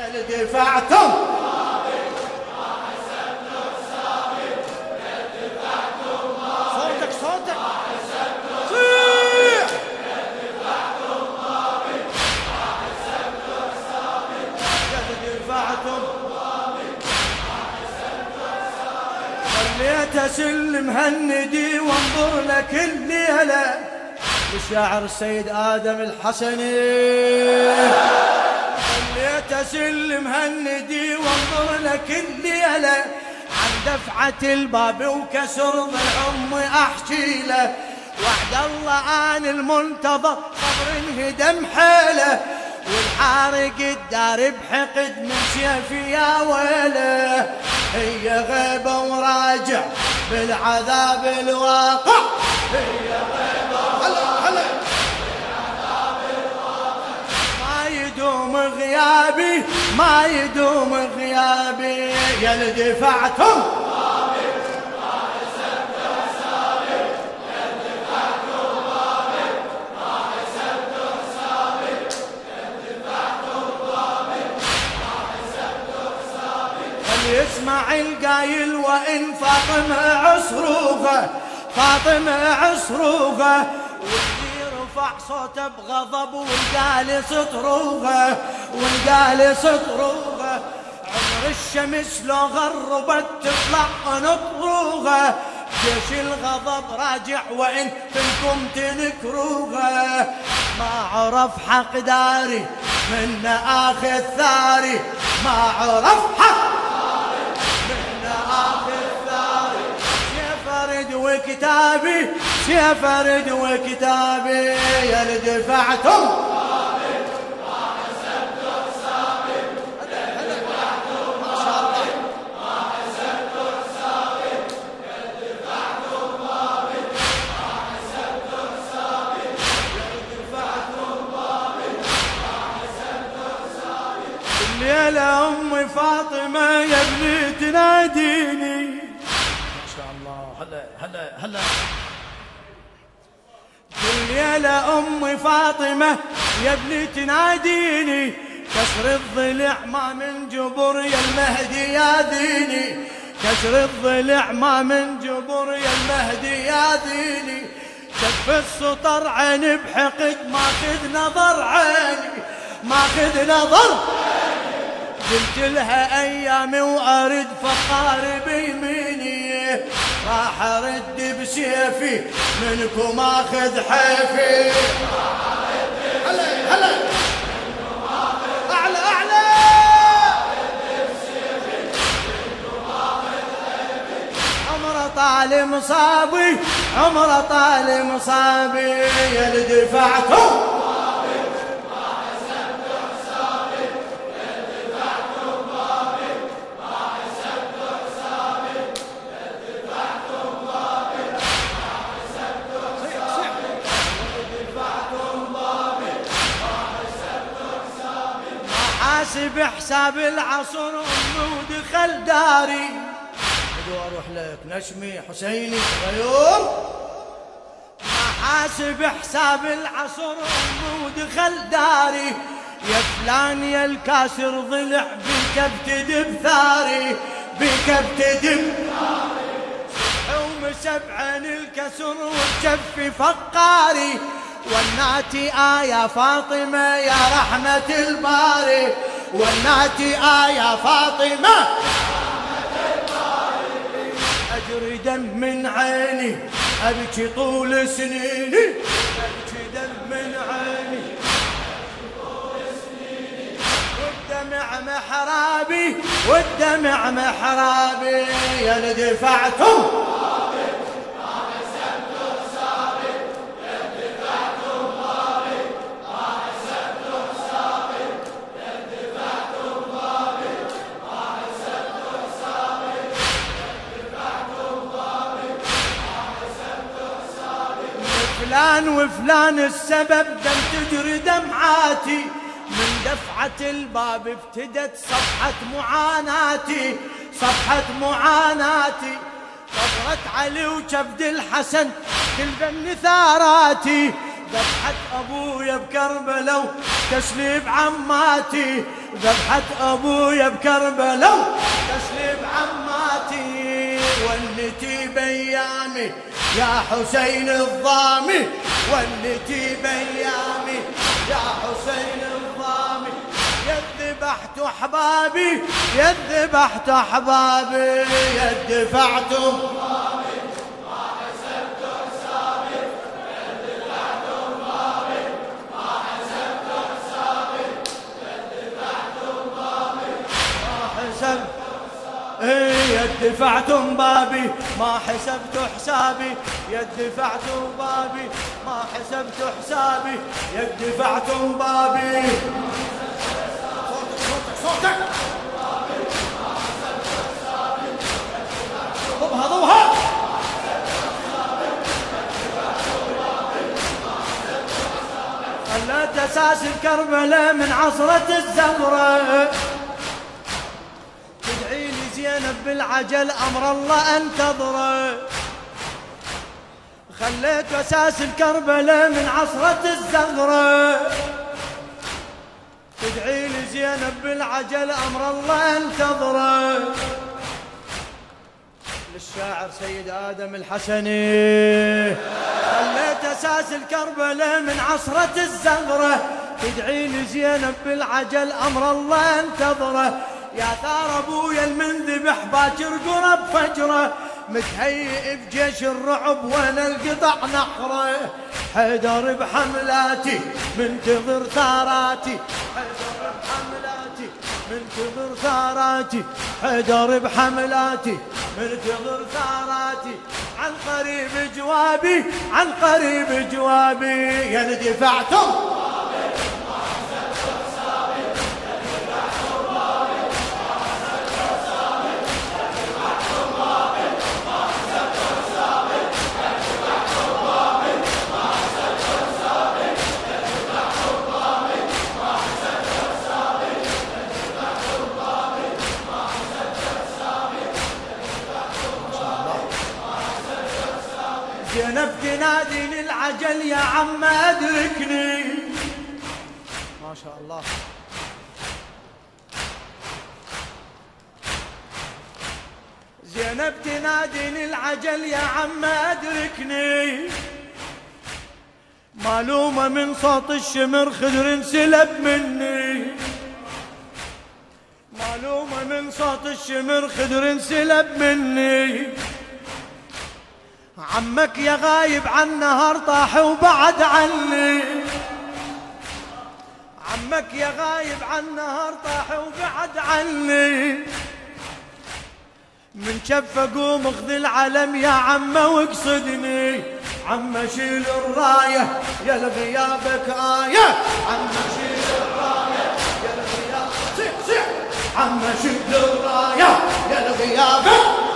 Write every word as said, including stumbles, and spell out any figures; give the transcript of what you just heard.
يا دفعتم صوتك صوتك صيح يا دفعتم خليت اسلم هالندي وانظر لك الليله بشعر السيد آدم الحسني خليت اسلم هالندي وانظر لك الليله عن دفعة الباب وكسر ضلع امي احكي له وعد الله ان المنتظر صبر انهدم حيله والحارق الدار بحقد من سيفي يا ويله هي غيبه وراجع بالعذاب الواقع هي غيبه هلا هلا بالعذاب الواقع ما يدوم غيابي ما يدوم غيابي يا اللي دفعتم يسمع القايل وإن فاطمة عصروفة فاطمة عصروفة واللي رفع صوته بغضب والقال سطروفة والقال سطروفة عمر الشمس لو غربت تطلع نطروفة جيش الغضب راجع وإن فيكم تنكروفة ما عرف حق داري من آخذ ثاري ما عرف حق وكتابي سيفرد وكتابي يا اللي دفعتم ما حسبت حسابي يا اللي دفعتم ما شاء الله ما حسبت حسابي يا اللي دفعتم بابي ما حسبت حسابي يا اللي دفعتم بابي ما حسبت حسابي الليلة أمي فاطمة يا ابني تناديني هلا هلا هلا كل ليلة أمي فاطمة يا ابني تناديني كسر الضلع ما من جبر يا المهدي يا ديني كسر الضلع ما من جبر يا المهدي يا ديني شف السطر عيني بحقد ما خذ نظر عيني ما خذ نظر قلت لها أيامي وأرد فقاري بيميني راح أرد بسيفي منكم أخذ حيفي هلا هلا أعلى أعلى عمره طال مصابي عمره طال مصابي يا اللي دفعتم حاسب حساب العصر امي ودخل داري بدو اروح لك نشمي حسيني غيور ما حاسب حساب العصر امي ودخل داري يا فلان يا الكاسر ضلع بك ابتدب ثاري بك ابتدب ثاري ومسبعن الكسر والجف فقاري والناتي آية فاطمة يا رحمة الباري والناتي آية فاطمة يا رحمة الباري أجري دم من عيني أبكي طول سنيني أبكي دم من عيني أبكي طول سنيني والدمع محرابي والدمع محرابي يا اللي دفعتم فلان وفلان السبب دم تجري دمعاتي من دفعة الباب ابتدت صفحة معاناتي صفحة معاناتي صبرت علي وكبد الحسن كل بن ثاراتي ذبحة ابويا بكربلة وتسليب عماتي، ذبحة ابويا بكربلة وتسليب عماتي، ولتي بيامي يا حسين الضامي، ولتي بيامي يا حسين الضامي، يذبحت احبابي يذبحت احبابي يدفعت احبابي ما حسبت حسابي، يدفعت احبابي ما حسبت حسابي، يدفعت احبابي ما حسبت يدفعت بابي ما حسبت حسابي، يدفعت بابي ما حسبت حسابي، يدفعت بابي صوتك صوتك ضبها ضبها خلت اساس الكربلة من عصرة الزهرة، تدعي لي زينب بالعجل امر الله انتظره، خليت اساس الكربلة من عصرة الزهرة، تدعي لي زينب بالعجل امر الله انتظره، للشاعر سيد ادم الحسني، خليت اساس الكربلة من عصرة الزهرة، تدعي لي زينب بالعجل امر الله انتظره، يا ثار ابويا المنذبح باكر قرب فجره، متهيئ بجيش الرعب وانا القطع نحره، حيدر بحملاتي منتظر ثاراتي، حيدر بحملاتي منتظر ثاراتي، حيدر بحملاتي منتظر ثاراتي، عن قريب جوابي عن قريب جوابي، يا دفعتم زينب تنادي للعجل يا عم أدركني، ما شاء الله زينب تنادي للعجل يا عم أدركني، معلومة من صوت الشمر خدر انسلب مني، معلومة من صوت الشمر خدر انسلب مني، عمك يا غايب عن نهار طاح وبعد عني، عمك يا غايب عن نهار طاح وبعد عني، من شف اقوم اخذ العلم يا عم واقصدني، عم شيل الرايه يا لغيابك آية، عم شيل الرايه يا لغيابك صيح صيح، عم شيل الرايه يا لغيابك